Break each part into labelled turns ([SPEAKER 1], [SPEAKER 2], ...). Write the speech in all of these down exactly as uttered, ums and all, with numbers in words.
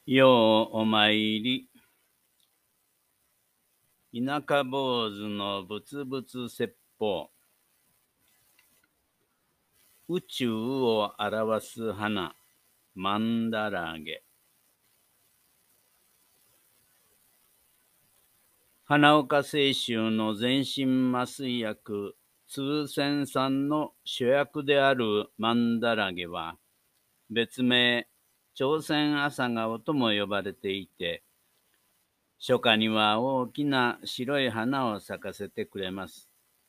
[SPEAKER 1] ようお参り。田舎坊主のぶつぶつ説法。宇宙を表す花、マンダラゲ。花岡清舟の全身麻酔薬、通仙さんの主役であるマンダラゲは、別名、朝鮮朝顔とも呼ばれていて、初夏には大きな白い花を咲かせてくれます。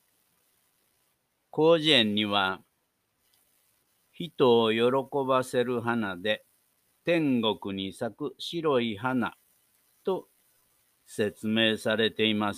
[SPEAKER 1] 広辞苑には、人を喜ばせる花で、天国に咲く白い花と説明されています。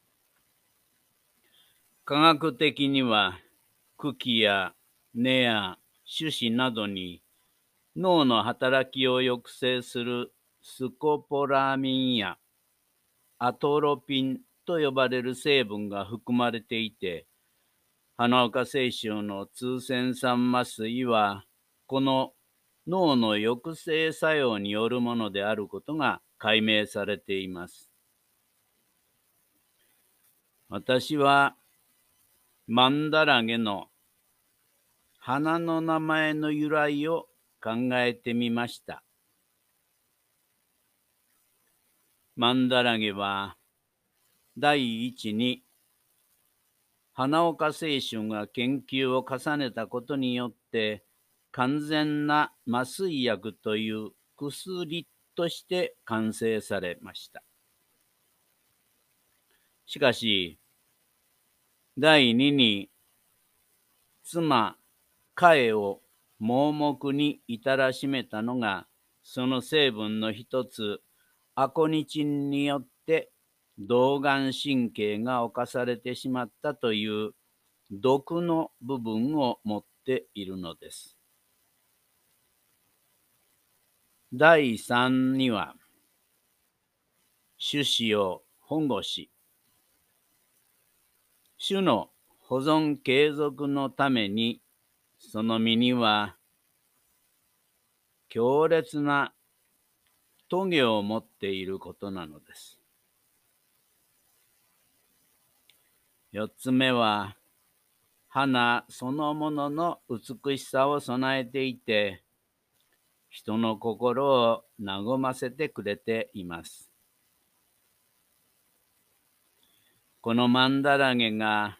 [SPEAKER 1] 科学的には、茎や根や種子などに脳の働きを抑制するスコポラミンやアトロピンと呼ばれる成分が含まれていて、花岡清舟の通仙酸麻酔は、この脳の抑制作用によるものであることが解明されています。私はマンダラゲの花の名前の由来を考えてみました。マンダラゲは第一に花岡清舟が研究を重ねたことによって完全な麻酔薬という薬として完成されました。しかし、第二に妻、カエを盲目に至らしめたのが、その成分の一つ、アコニチンによって動眼神経が侵されてしまったという毒の部分を持っているのです。第三には、種子を保護し、種の保存継続のために、その実には強烈なトゲを持っていることなのです。四つ目は、花そのものの美しさを備えていて、人の心を和ませてくれています。このマンダラゲが、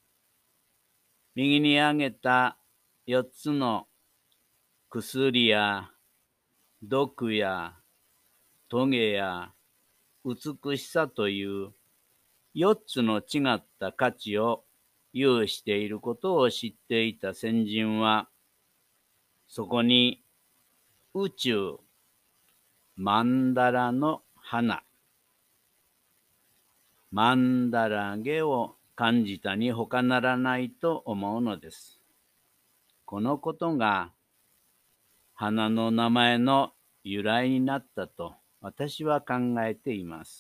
[SPEAKER 1] 右に挙げた四つの薬や毒やトゲや美しさという四つの違った価値を有していることを知っていた先人は、そこに宇宙、マンダラの花、マンダラゲを感じたに他ならないと思うのです。このことが花の名前の由来になったと私は考えています。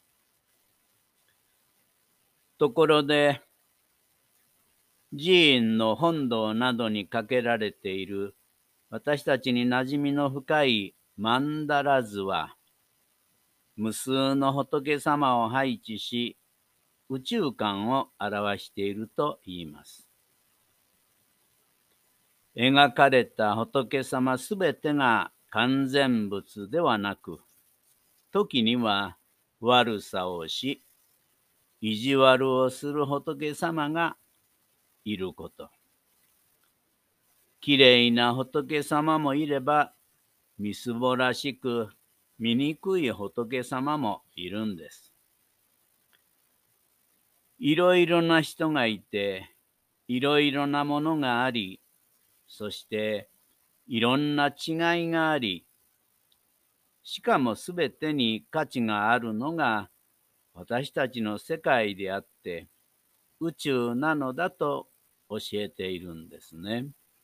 [SPEAKER 1] ところで、寺院の本堂などにかけられている私たちに馴染みの深いマンダラ図は、無数の仏様を配置し、宇宙観を表していると言います。描かれた仏様すべてが完全物ではなく、時には悪さをし、意地悪をする仏様がいること。きれいな仏様もいれば、みすぼらしく醜い仏様もいるんです。いろいろな人がいて、いろいろなものがあり、そしていろんな違いがあり、しかもすべてに価値があるのが私たちの世界であって、宇宙なのだと教えているんですね。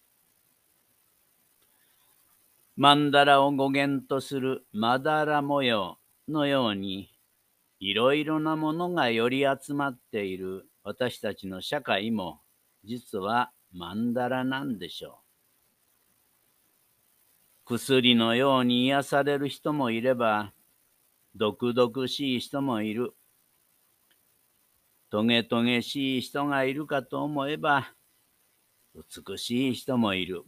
[SPEAKER 1] マンダラを語源とするまだら模様のように、いろいろなものがより集まっている私たちの社会も、実はマンダラなんでしょう。 薬のように癒される人もいれば、毒々しい人もいる。トゲトゲしい人がいるかと思えば、美しい人もいる。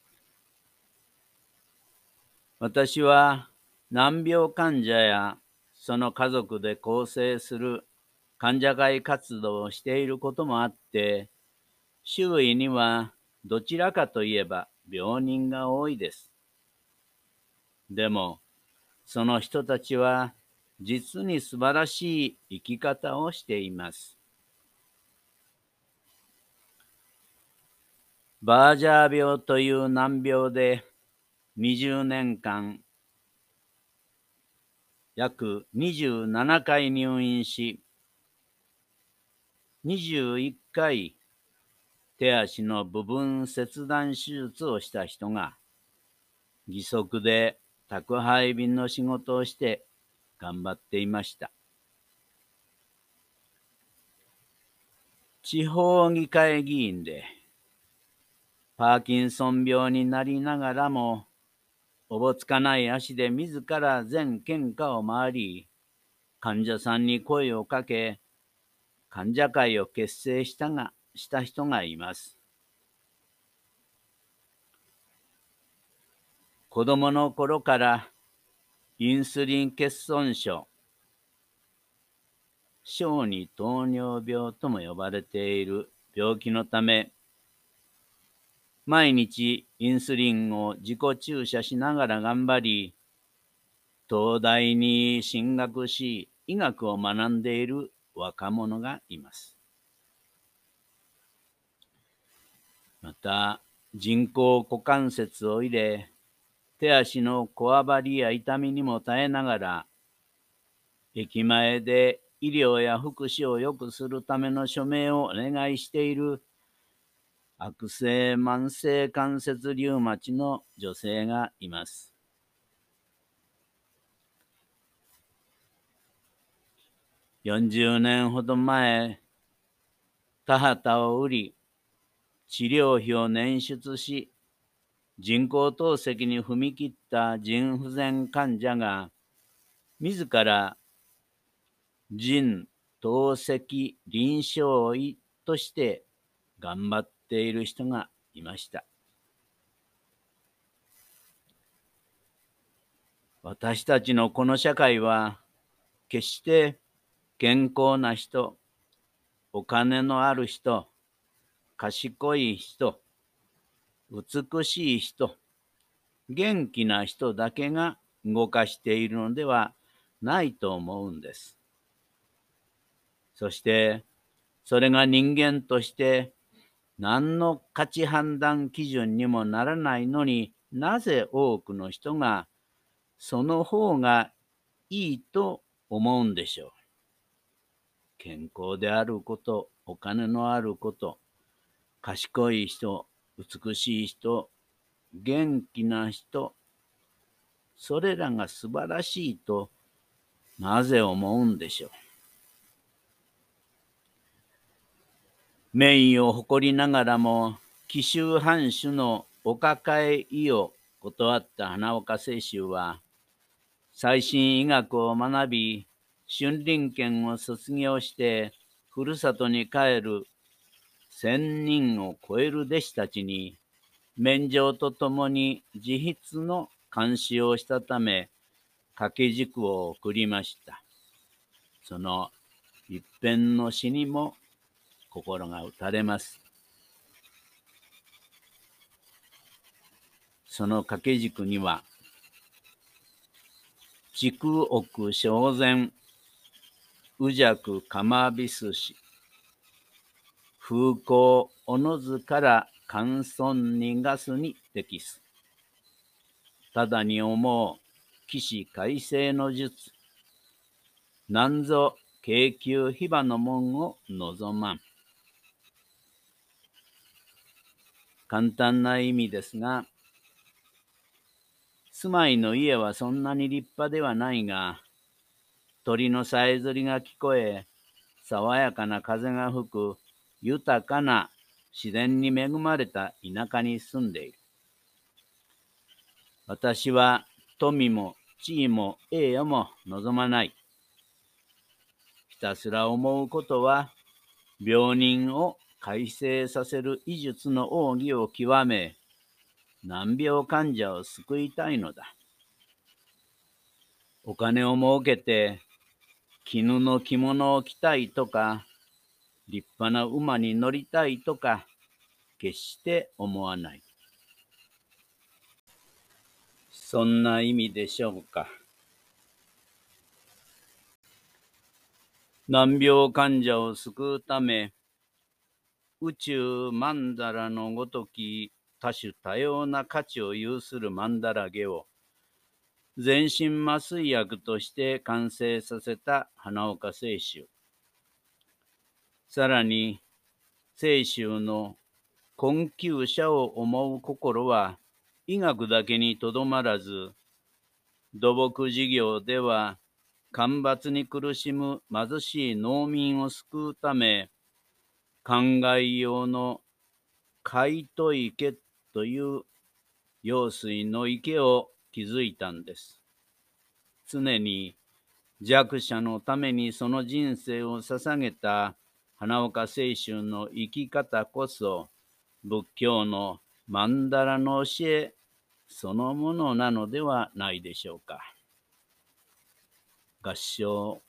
[SPEAKER 1] 私は難病患者やその家族で構成する患者会活動をしていることもあって、周囲にはどちらかといえば病人が多いです。でも、その人たちは実に素晴らしい生き方をしています。バージャー病という難病でにじゅうねんかん約にじゅうななかい入院し、にじゅういっかい手足の部分切断手術をした人が、義足で宅配便の仕事をして頑張っていました。地方議会議員で、パーキンソン病になりながらも、おぼつかない足で自ら全県下を回り、患者さんに声をかけ、患者会を結成したが、した人がいます。子供の頃からインスリン欠損症、小児糖尿病とも呼ばれている病気のため、毎日インスリンを自己注射しながら頑張り、東大に進学し、医学を学んでいる若者がいます。また、人工股関節を入れ、手足のこわばりや痛みにも耐えながら、駅前で医療や福祉を良くするための署名をお願いしている悪性慢性関節リウマチの女性がいます。よんじゅうねんほど前、田畑を売り、治療費を捻出し、人工透析に踏み切った腎不全患者が、自ら腎透析臨床医として頑張っている人がいました。私たちのこの社会は、決して健康な人、お金のある人、賢い人、美しい人、元気な人だけが動かしているのではないと思うんです。そして、それが人間として何の価値判断基準にもならないのになぜ多くの人がその方がいいと思うんでしょう。健康であること、お金のあること、賢い人、美しい人、元気な人、それらが素晴らしいとなぜ思うんでしょう。名誉を誇りながらも、紀州藩主のお抱え医を断った花岡清舟は、最新医学を学び、春林県を卒業して、ふるさとに帰る千人を超える弟子たちに、免状とともに自筆の監視をしたため、掛け軸を送りました。その一編の詩にも心が打たれます。その掛け軸には、竹奥正前、宇弱釜びすし、風光おのずから寒村にがすに適す。ただに思う、起死回生の術。なんぞ京急火場の門を望まん。簡単な意味ですが、住まいの家はそんなに立派ではないが、鳥のさえずりが聞こえ、爽やかな風が吹く豊かな自然に恵まれた田舎に住んでいる。 私は富も地位も栄誉も望まない。ひたすら思うことは、病人を快晴させる医術の奥義を極め、難病患者を救いたいのだ。お金を儲けて、絹の着物を着たいとか、立派な馬に乗りたいとか、決して思わない。そんな意味でしょうか。難病患者を救うため、宇宙マンダラのごとき多種多様な価値を有するマンダラゲを、全身麻酔薬として完成させた花岡清舟。さらに、清舟の困窮者を思う心は、医学だけにとどまらず、土木事業では、干ばつに苦しむ貧しい農民を救うため、灌漑用の海渡池という用水の池を築いたんです。常に弱者のためにその人生を捧げた花岡清舟の生き方こそ、仏教のマンダラの教えそのものなのではないでしょうか。合唱